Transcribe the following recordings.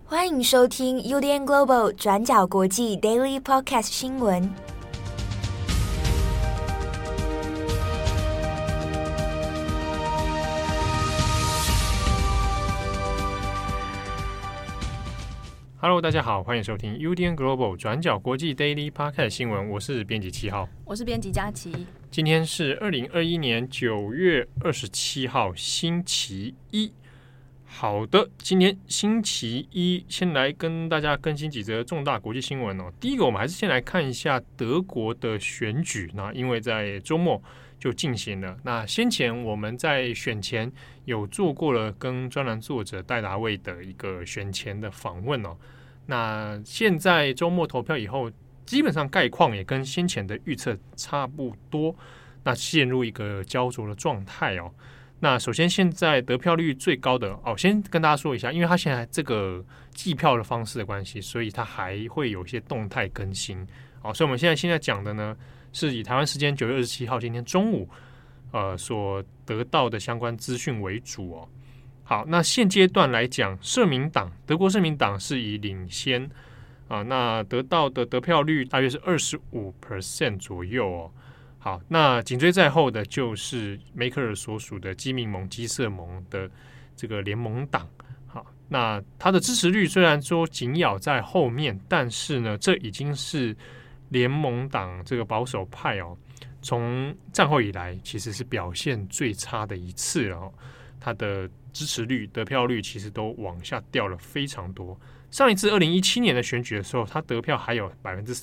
欢迎收听 UDN Global 转角国际 Daily Podcast 新闻。 Hello， 大家好，欢迎收听 UDN Global 转角国际 Daily Podcast 新闻，我是编辑7号， 我是编辑佳琪。 今天是2021年9月27号，星期一。好的，今天星期一，先来跟大家更新几则重大国际新闻哦。第一个，我们还是先来看一下德国的选举。那因为在周末就进行了，那先前我们在选前有做过了跟专栏作者戴达卫的一个选前的访问哦。那现在周末投票以后，基本上概况也跟先前的预测差不多，那陷入一个焦灼的状态哦。那首先，现在得票率最高的先跟大家说一下，因为它现在这个计票的方式的关系，所以它还会有一些动态更新。所以我们现在讲的呢，是以台湾时间9月27号今天中午所得到的相关资讯为主哦。好，那现阶段来讲，德国社民党是以领先那得到的得票率大约是25% 左右哦。好，那紧追在后的就是梅克尔所属的基民盟、基社盟的这个联盟党。好，那他的支持率虽然说紧咬在后面，但是呢，这已经是联盟党这个保守派从战后以来其实是表现最差的一次了他的支持率、得票率其实都往下掉了非常多。上一次2017年的选举的时候，他得票还有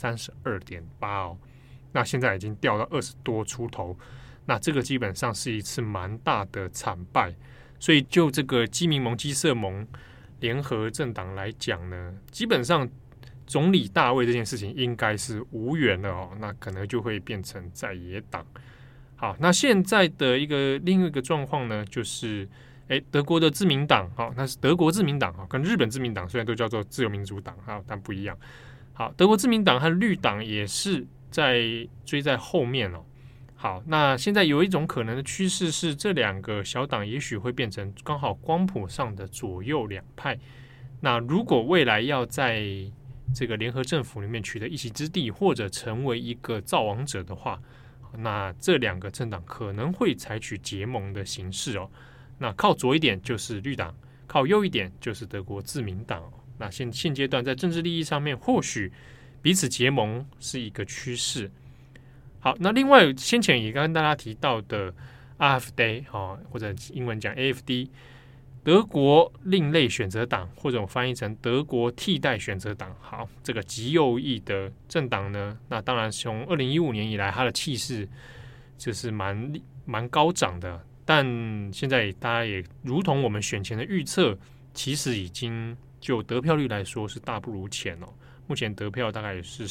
32.8% 那现在已经掉到20多出头，那这个基本上是一次蛮大的惨败。所以就这个基民盟、基社盟联合政党来讲呢，基本上总理大位这件事情应该是无缘了那可能就会变成在野党。好，那现在的另一个状况呢，就是德国的自民党那是德国自民党跟日本自民党虽然都叫做自由民主党但不一样。好，德国自民党和绿党也是追在后面好，那现在有一种可能的趋势是，这两个小党也许会变成刚好光谱上的左右两派。那如果未来要在这个联合政府里面取得一席之地，或者成为一个造王者的话，那这两个政党可能会采取结盟的形式那靠左一点就是绿党，靠右一点就是德国自民党那现阶段在政治利益上面，或许彼此结盟是一个趋势。好，那另外先前也跟大家提到的 AfD 或者英文讲 AfD 德国另类选择党，或者我翻译成德国替代选择党。好，这个极右翼的政党呢，那当然从2015年以来它的气势就是蛮高涨的，但现在大家也如同我们选前的预测，其实已经就得票率来说是大不如前目前得票大概也是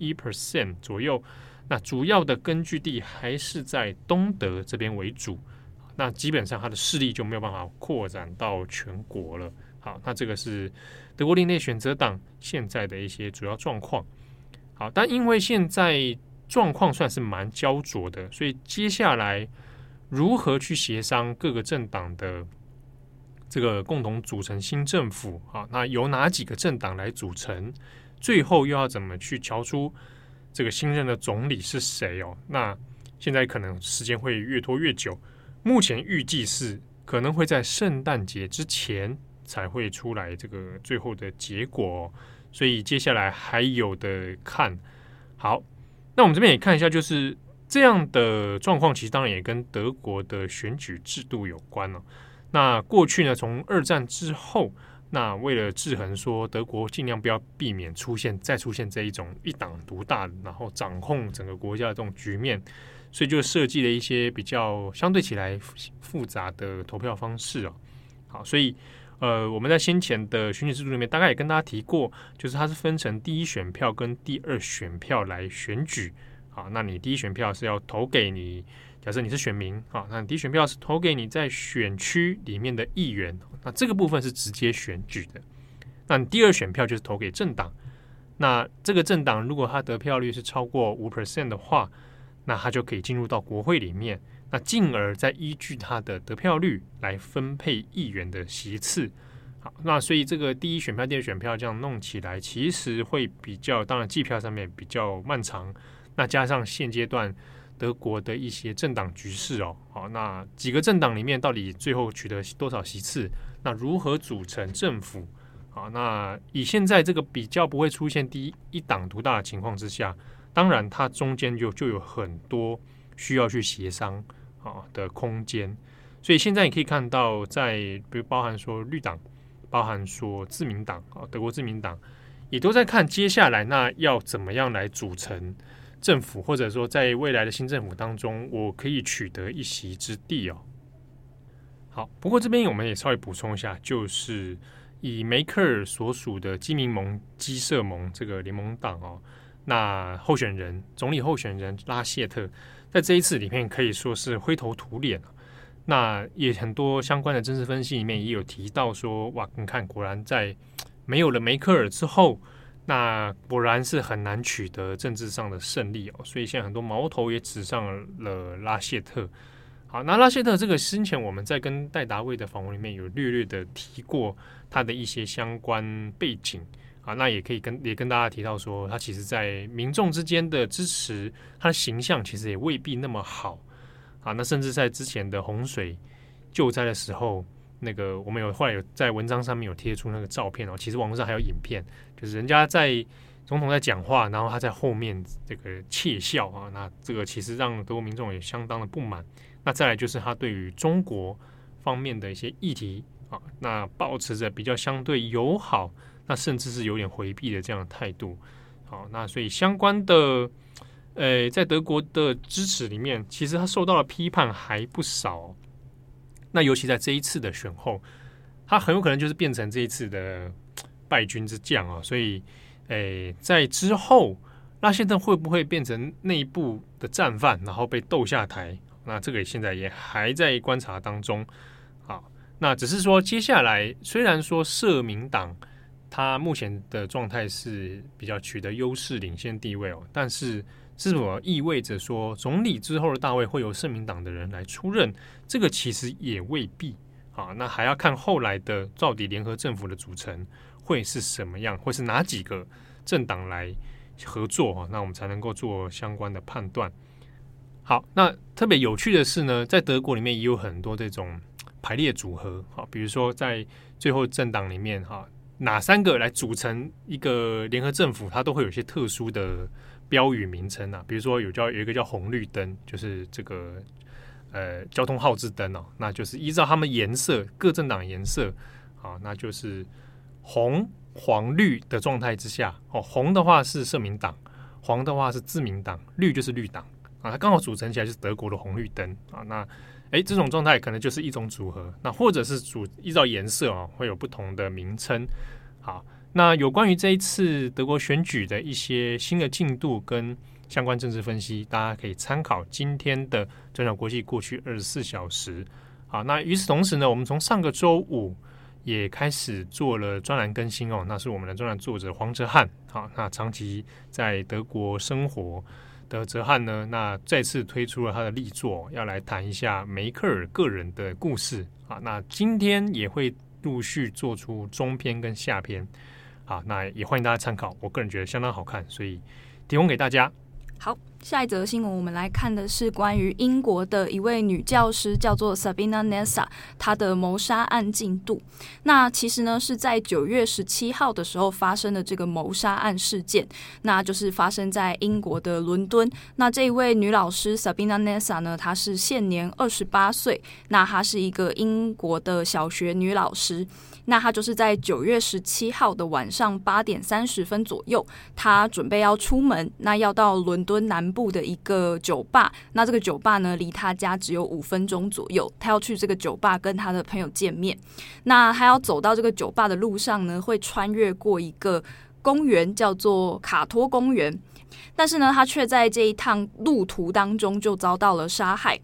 11% 左右，那主要的根据地还是在东德这边为主，那基本上它的势力就没有办法扩展到全国了。好，那这个是德国另类选择党现在的一些主要状况。好，但因为现在状况算是蛮焦灼的，所以接下来如何去协商各个政党的这个共同组成新政府那由哪几个政党来组成，最后又要怎么去瞧出这个新任的总理是谁那现在可能时间会越拖越久，目前预计是可能会在圣诞节之前才会出来这个最后的结果所以接下来还有的看。好，那我们这边也看一下，就是这样的状况其实当然也跟德国的选举制度有关那过去呢，从二战之后，那为了制衡说德国尽量不要避免再出现这一种一党独大，然后掌控整个国家的这种局面，所以就设计了一些比较相对起来复杂的投票方式好，所以我们在先前的选举制度里面大概也跟大家提过，就是它是分成第一选票跟第二选票来选举。好，那你第一选票是要投给你，假设你是选民那你第一选票是投给你在选区里面的议员，那这个部分是直接选举的。那你第二选票就是投给政党，那这个政党如果它得票率是超过 5% 的话，那它就可以进入到国会里面，那进而再依据它的得票率来分配议员的席次。 好，那所以这个第一选票、第二选票这样弄起来，其实会比较，当然计票上面比较漫长。那加上现阶段德国的一些政党局势哦，好，那几个政党里面到底最后取得多少席次？那如何组成政府？好，那以现在这个比较不会出现第一党独大的情况之下，当然它中间就有很多需要去协商的空间。所以现在你可以看到比如包含说绿党，包含说自民党德国自民党也都在看接下来那要怎么样来组成政府，或者说在未来的新政府当中，我可以取得一席之地哦。好，不过这边我们也稍微补充一下，就是以梅克尔所属的基民盟、基社盟这个联盟党那总理候选人拉谢特在这一次里面可以说是灰头土脸。那也很多相关的政治分析里面也有提到说，哇，你看果然在没有了梅克尔之后，那果然是很难取得政治上的胜利所以现在很多矛头也指上了拉谢特。好，那拉谢特这个先前我们在跟戴达卫的访问里面有略略的提过他的一些相关背景那也可以跟大家提到说，他其实在民众之间的支持，他的形象其实也未必那么好那甚至在之前的洪水救灾的时候，那个我们后来有在文章上面有贴出那个照片其实网络上还有影片，就是人家总统在讲话，然后他在后面这个窃笑那这个其实让德国民众也相当的不满。那再来就是他对于中国方面的一些议题那抱持着比较相对友好，那甚至是有点回避的这样的态度。好，那所以相关的在德国的支持里面，其实他受到的批判还不少那尤其在这一次的选后，他很有可能就是变成这一次的败军之将所以在之后拉谢特会不会变成内部的战犯，然后被斗下台？那这个现在也还在观察当中。好，那只是说接下来虽然说社民党他目前的状态是比较取得优势领先地位但是是否意味着说总理之后的大位会由社民党的人来出任？这个其实也未必那还要看后来的到底联合政府的组成会是什么样，会是哪几个政党来合作那我们才能够做相关的判断。好，那特别有趣的是呢，在德国里面也有很多这种排列组合比如说在最后政党里面哪三个来组成一个联合政府，它都会有一些特殊的标语名称比如说有一个叫红绿灯，就是这个交通号志灯那就是依照他们颜色，各政党颜色那就是红黄绿的状态之下红的话是社民党，黄的话是自民党，绿就是绿党它刚好组成起来就是德国的红绿灯那这种状态可能就是一种组合，那或者是依照颜色会有不同的名称。好，那有关于这一次德国选举的一些新的进度跟相关政治分析，大家可以参考今天的转角国际过去24小时。好，那与此同时呢，我们从上个周五也开始做了专栏更新那是我们的专栏作者黄哲翰那长期在德国生活的哲翰呢，那再次推出了他的力作，要来谈一下梅克尔个人的故事那今天也会陆续做出中篇跟下篇那也欢迎大家参考，我个人觉得相当好看，所以提供给大家。 好，下一则新闻我们来看的是关于英国的一位女教师叫做 Sabina Nessa 她的谋杀案进度。那其实呢是在9月17号的时候发生的这个谋杀案事件，那就是发生在英国的伦敦。那这一位女老师 Sabina Nessa 呢，她是现年28岁，那她是一个英国的小学女老师。那她就是在9月17号的晚上8点30分左右，她准备要出门，那要到伦敦南部的一个酒吧。那这个酒吧呢，离她家只有5分钟左右。她要去这个酒吧跟她的朋友见面。那她要走到这个酒吧的路上呢，会穿越过一个公园，叫做卡托公园。但是呢，她却在这一趟路途当中就遭到了杀害。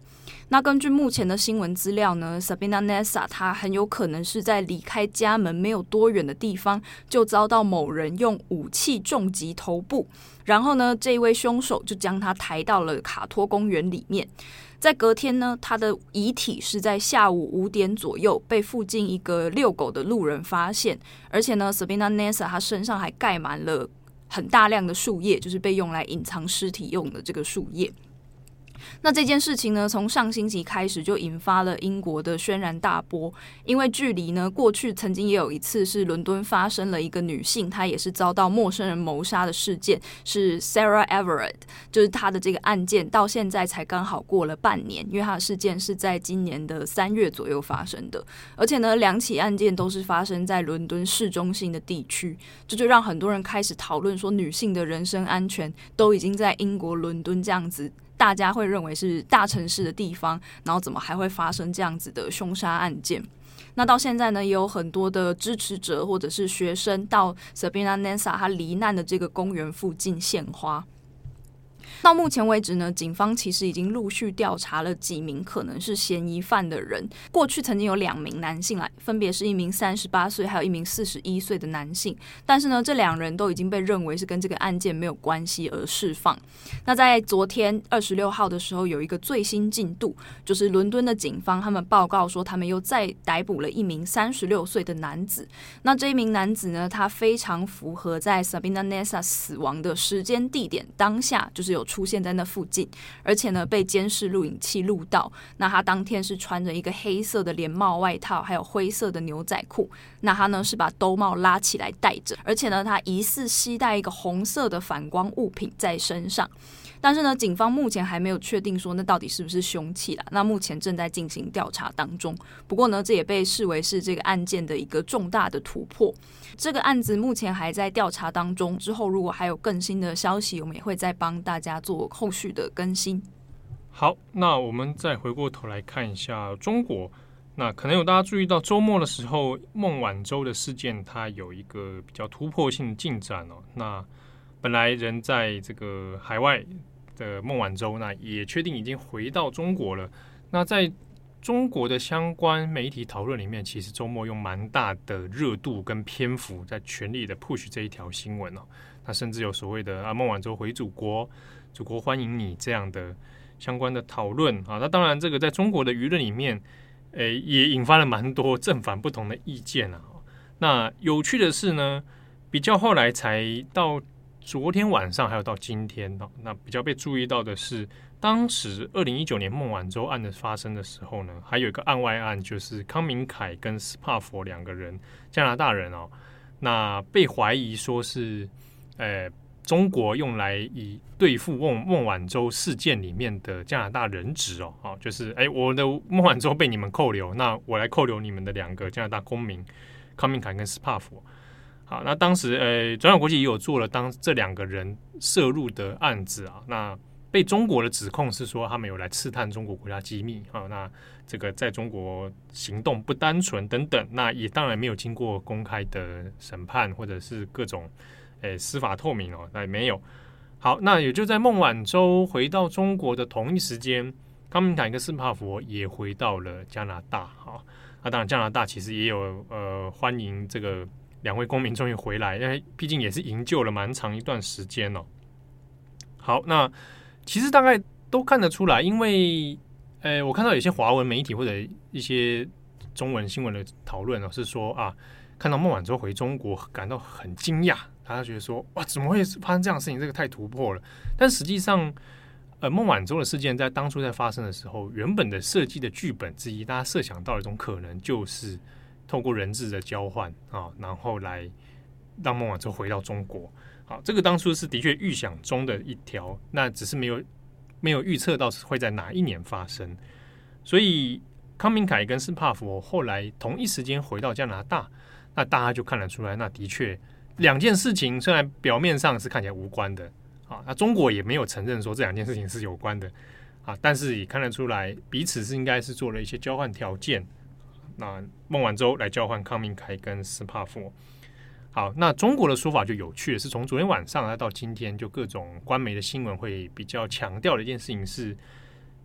那根据目前的新闻资料呢 ，Sabina Nessa 她很有可能是在离开家门没有多远的地方，就遭到某人用武器重击头部，然后呢，这一位凶手就将她抬到了卡托公园里面。在隔天呢，她的遗体是在下午5点左右被附近一个遛狗的路人发现，而且呢 ，Sabina Nessa 她身上还盖满了很大量的树叶，就是被用来隐藏尸体用的这个树叶。那这件事情呢，从上星期开始就引发了英国的轩然大波，因为距离呢，过去曾经也有一次是伦敦发生了一个女性，她也是遭到陌生人谋杀的事件，是 Sarah Everard， 就是她的这个案件到现在才刚好过了半年，因为她的事件是在今年的3月左右发生的，而且呢，2起案件都是发生在伦敦市中心的地区，这就让很多人开始讨论说，女性的人身安全都已经在英国伦敦这样子。大家会认为是大城市的地方，然后怎么还会发生这样子的凶杀案件？那到现在呢，也有很多的支持者或者是学生到 Sabina Nessa 她罹难的这个公园附近献花。到目前为止呢，警方其实已经陆续调查了几名可能是嫌疑犯的人。过去曾经有2名男性来，分别是一名38岁，还有一名41岁的男性。但是呢，这2人都已经被认为是跟这个案件没有关系而释放。那在昨天26号的时候，有一个最新进度，就是伦敦的警方他们报告说，他们又再逮捕了一名36岁的男子。那这一名男子呢，他非常符合在 Sabina Nessa 死亡的时间地点当下，就是有出现在那附近，而且呢被监视录影器录到。那他当天是穿着一个黑色的连帽外套，还有灰色的牛仔裤。那他呢是把兜帽拉起来戴着，而且呢他疑似携带一个红色的反光物品在身上。但是呢，警方目前还没有确定说那到底是不是凶器啦。那目前正在进行调查当中。不过呢，这也被视为是这个案件的一个重大的突破。这个案子目前还在调查当中，之后如果还有更新的消息，我们也会再帮大家做后续的更新。 好，那我们再回过头来看一下中国。那可能有大家注意到，周末的时候，孟晚舟的事件它有一个比较突破性的进展哦。那本来人在这个海外的孟晚舟，那也确定已经回到中国了。那在中国的相关媒体讨论里面，其实周末用蛮大的热度跟篇幅在全力的 push 这一条新闻哦。那甚至有所谓的孟晚舟回祖国，祖国欢迎你这样的相关的讨论啊。那当然，这个在中国的舆论里面，也引发了蛮多正反不同的意见啊。那有趣的是呢，比较后来才到昨天晚上，还有到今天，那比较被注意到的是，当时2019年孟晚舟案的发生的时候呢，还有一个案外案，就是康明凯跟斯帕佛2个人，加拿大人哦，那被怀疑说是，中国用来以对付孟晚舟事件里面的加拿大人质哦，就是我的孟晚舟被你们扣留，那我来扣留你们的2个加拿大公民康明凯跟斯帕佛。好，那当时转角国际也有做了当这2个人涉入的案子啊，那被中国的指控是说他们有来刺探中国国家机密啊，那这个在中国行动不单纯等等，那也当然没有经过公开的审判或者是各种司法透明哦，那也没有。好，那也就在孟晚舟回到中国的同一时间，康明凯跟斯帕佛也回到了加拿大啊。那当然加拿大其实也有欢迎这个2位公民终于回来，因为毕竟也是营救了蛮长一段时间哦。好，那其实大概都看得出来，因为我看到有些华文媒体或者一些中文新闻的讨论是说看到孟晚舟回中国感到很惊讶，大家觉得说哇，怎么会发生这样的事情？这个太突破了。但实际上，孟晚舟的事件在当初在发生的时候，原本的设计的剧本之一，大家设想到的一种可能就是透过人质的交换然后来让孟晚舟回到中国。好，这个当初是的确预想中的一条，那只是没有预测到会在哪一年发生。所以康明凯跟斯帕佛后来同一时间回到加拿大，那大家就看得出来，那的确2件事情虽然表面上是看起来无关的那中国也没有承认说这2件事情是有关的但是也看得出来彼此是应该是做了一些交换条件。那孟晚舟来交换康明凯跟斯帕佛。好，那中国的说法就有趣的是，从昨天晚上到今天，就各种官媒的新闻会比较强调的一件事情是，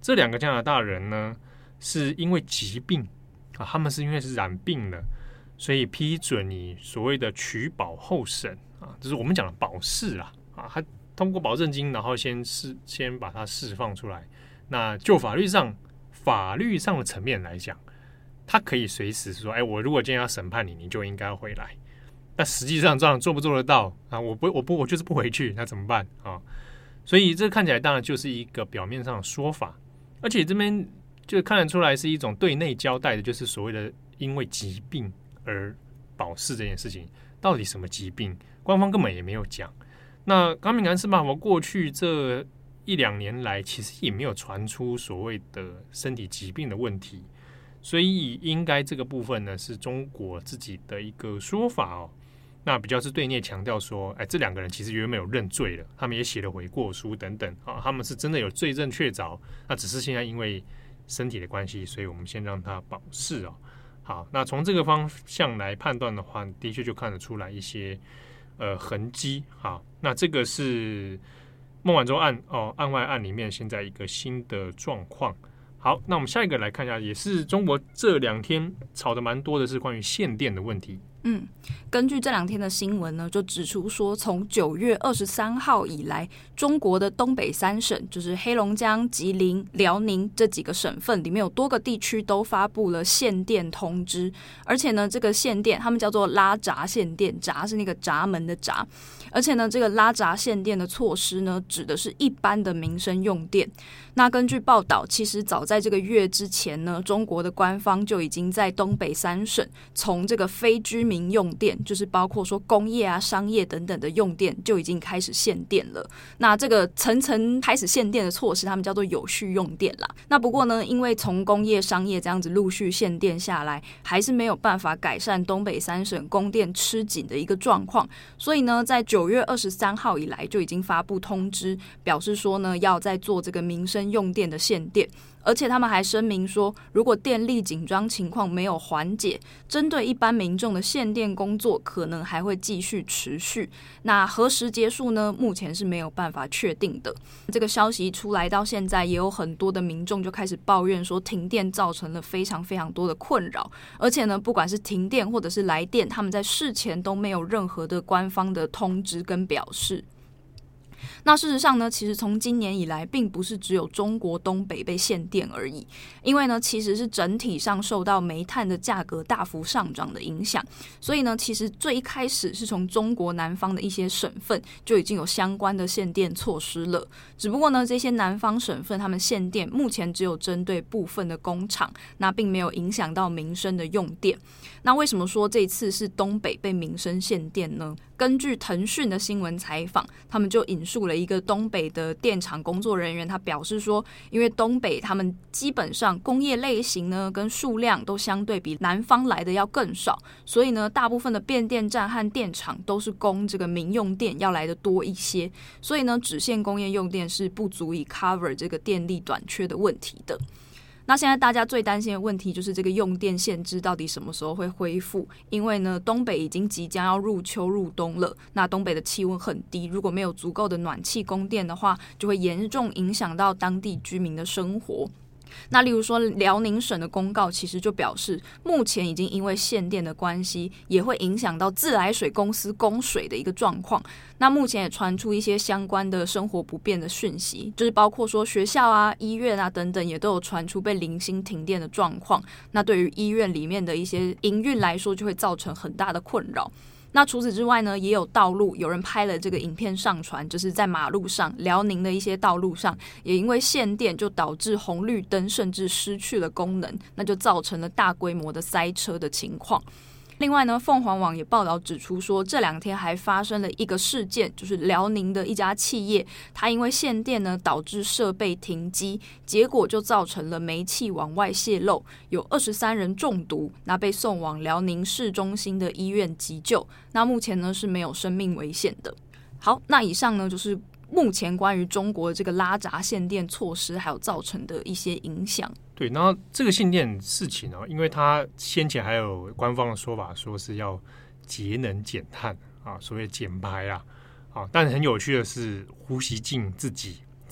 这2个加拿大人呢，是因为疾病啊，他们是因为是染病了，所以批准你所谓的取保候审啊，就是我们讲的保释啦啊，他通过保证金，然后先把它释放出来。那就法律上的层面来讲，他可以随时说，我如果今天要审判你，你就应该回来。但实际上这样做不做得到啊？我就是不回去，那怎么办啊？所以这看起来当然就是一个表面上的说法，而且这边就看得出来是一种对内交代的，就是所谓的因为疾病而保释这件事情，到底什么疾病，官方根本也没有讲。那冈敏南司法法过去这1-2年来，其实也没有传出所谓的身体疾病的问题，所以应该这个部分呢是中国自己的一个说法哦。那比较是对内强调说，这2个人其实原本有认罪了，他们也写了悔过书等等啊，他们是真的有罪证确凿，那只是现在因为身体的关系，所以我们先让他保释哦。好，那从这个方向来判断的话，的确就看得出来一些痕迹。好，那这个是孟晚舟案案外案里面现在一个新的状况。好，那我们下一个来看一下，也是中国这2天吵得蛮多的是关于限电的问题。 根据这2天的新闻呢，就指出说，从9月23号以来，中国的东北3省，就是黑龙江、吉林、辽宁这几个省份里面有多个地区都发布了限电通知，而且呢，这个限电他们叫做拉闸限电，闸是那个闸门的闸，而且呢，这个拉闸限电的措施呢，指的是一般的民生用电。那根据报道，其实早在这个月之前呢，中国的官方就已经在东北3省从这个非居民用电，就是包括说工业啊、商业等等的用电，就已经开始限电了。那这个层层开始限电的措施，他们叫做有序用电啦。那不过呢，因为从工业、商业这样子陆续限电下来，还是没有办法改善东北3省供电吃紧的一个状况，所以呢，在9月23号以来就已经发布通知，表示说呢，要再做这个民生用电的限电。而且他们还声明说，如果电力紧张情况没有缓解，针对一般民众的限电工作可能还会继续持续。那何时结束呢？目前是没有办法确定的。这个消息出来到现在，也有很多的民众就开始抱怨说，停电造成了非常非常多的困扰。而且呢，不管是停电或者是来电，他们在事前都没有任何的官方的通知跟表示。那事实上呢，其实从今年以来，并不是只有中国东北被限电而已，因为呢，其实是整体上受到煤炭的价格大幅上涨的影响，所以呢，其实最一开始是从中国南方的一些省份就已经有相关的限电措施了。只不过呢，这些南方省份他们限电目前只有针对部分的工厂，那并没有影响到民生的用电。那为什么说这次是东北被民生限电呢？根据腾讯的新闻采访，他们就引述了一个东北的电厂工作人员，他表示说，因为东北他们基本上工业类型呢跟数量都相对比南方来的要更少，所以呢，大部分的变电站和电厂都是供这个民用电要来的多一些，所以呢，只限工业用电是不足以 cover 这个电力短缺的问题的。那现在大家最担心的问题就是这个用电限制到底什么时候会恢复？因为呢，东北已经即将要入秋入冬了，那东北的气温很低，如果没有足够的暖气供电的话，就会严重影响到当地居民的生活。那例如说辽宁省的公告其实就表示，目前已经因为限电的关系，也会影响到自来水公司供水的一个状况。那目前也传出一些相关的生活不便的讯息，就是包括说学校啊、医院啊等等，也都有传出被零星停电的状况。那对于医院里面的一些营运来说，就会造成很大的困扰。那除此之外呢，也有道路有人拍了这个影片上传，就是在马路上，辽宁的一些道路上，也因为限电就导致红绿灯甚至失去了功能，那就造成了大规模的塞车的情况。另外呢，凤凰网也报道指出说，这2天还发生了一个事件，就是辽宁的一家企业，它因为限电呢导致设备停机，结果就造成了煤气往外泄漏，有23人中毒，那被送往辽宁市中心的医院急救，那目前呢是没有生命危险的。好，那以上呢就是目前关于中国这个拉闸限电措施还有造成的一些影响。 对，然后这个限电事情呢，因为它先前还有官方的说法，说是要节能减碳啊，所谓减排啊，但很有趣的是，胡锡进自己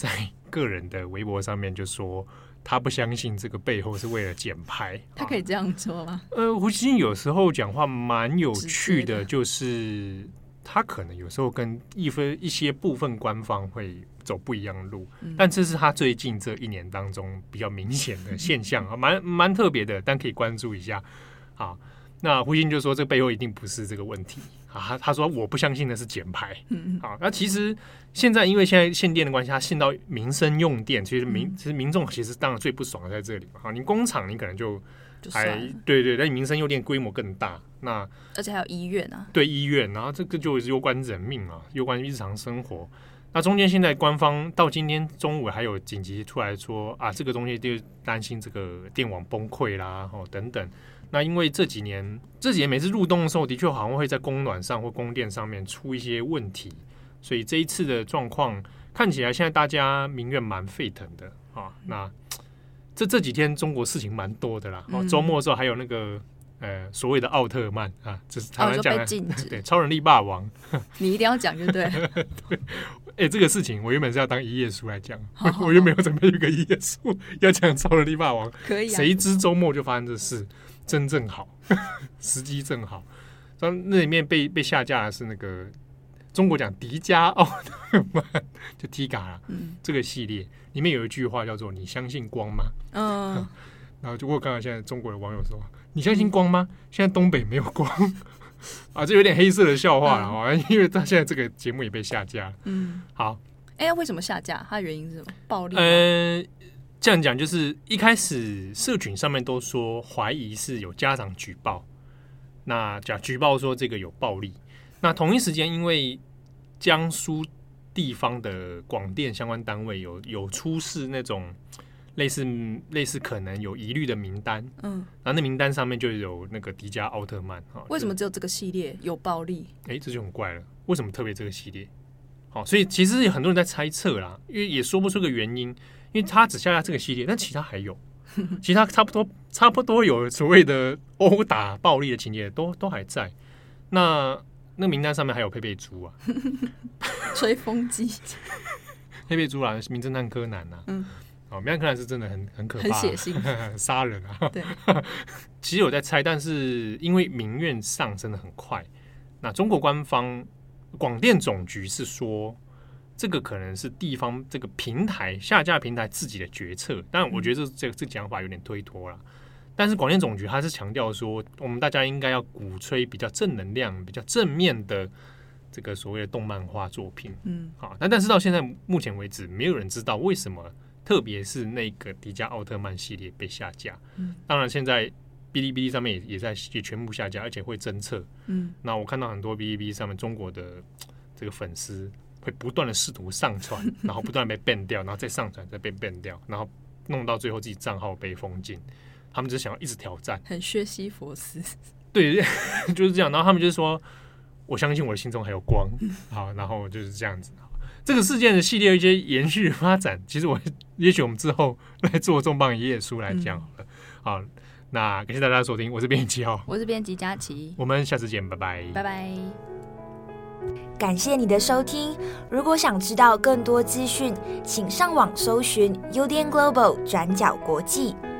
在个人的微博上面就说，他不相信这个背后是为了减排。 他可以这样说吗？ 胡锡进有时候讲话蛮有趣的，就是他可能有时候跟一些部分官方会走不一样的路，但这是他最近这1年当中比较明显的现象啊，蛮特别的，但可以关注一下。好，那胡锡进就说这背后一定不是这个问题啊，他说我不相信的是减排。好，那其实现在因为现在限电的关系，他限到民生用电，其实民众其实当然最不爽的在这里嘛。好，你工厂你可能就还对，但你民生用电规模更大，那而且还有医院啊， 对医院，然后这个就攸关人命啊，攸关日常生活。那中间现在官方到今天中午还有紧急出来说啊，这个东西就担心这个电网崩溃啦，等等。那因为这几年每次入冬的时候，的确好像会在供暖上或供电上面出一些问题，所以这一次的状况看起来现在大家民怨蛮沸腾的啊。那这几天中国事情蛮多的啦，周末的时候还有那个所谓的奥特曼啊，这是台湾讲的，对，超人力霸王， 你一定要讲就对。 对，这个事情我原本是要当一页书来讲，我原本有准备一个一页书要讲超人力霸王， 可以啊。 谁知周末就发生这事，真正好，时机正好。那里面被下架的是那个中国讲迪迦奥特曼，就 Tiga 啦，这个系列里面有一句话叫做"你相信光吗？"然后就我看到现在中国的网友说"你相信光吗？现在东北没有光。"啊，这有点黑色的笑话了，因为他现在这个节目也被下架了。好， 为什么下架？它的原因是什么？暴力？ 这样讲就是一开始社群上面都说怀疑是有家长举报，那举报说这个有暴力。那同一时间，因为江苏地方的广电相关单位有出示那种类似可能有疑虑的名单，然后那名单上面就有那个迪迦奥特曼。 为什么只有这个系列有暴力？ 这就很怪了，为什么特别这个系列？好，所以其实有很多人在猜测啦，因为也说不出个原因，因为他只下架这个系列，但其他还有，其他差不多有所谓的殴打暴力的情节都还在。那名单上面还有佩佩猪啊， 吹风机， 佩佩猪啦，名侦探柯南啊。名侦探柯南是真的很可怕， 很血腥， 杀人啊。对，其实有在猜，但是因为民怨上升的很快，那中国官方广电总局是说，这个可能是地方这个平台下架平台自己的决策，但我觉得这讲法有点推脱啦。但是广电总局还是强调说，我们大家应该要鼓吹比较正能量、比较正面的这个所谓的动漫画作品。好，但是到现在目前为止，没有人知道为什么。特别是那个迪迦奥特曼系列被下架，当然现在哔哩哔哩上面也全部下架，而且会侦测。那我看到很多哔哩哔哩上面中国的这个粉丝会不断的试图上传，然后不断被 ban 掉，然后再上传再被 ban 掉，然后弄到最后自己账号被封禁。他们只想要一直挑战， 很薛西佛斯。 对，就是这样。然后他们就是说，我相信我的心中还有光。好，然后就是这样子。这个事件的系列有一些延续发展，其实也许我们之后来做重磅一页书来讲好了。好，那感谢大家的收听，我是编辑7号， 我是编辑佳琪， 我们下次见，拜拜， 拜拜。 感谢你的收听，如果想知道更多资讯，请上网搜寻UDN Global 转角国际。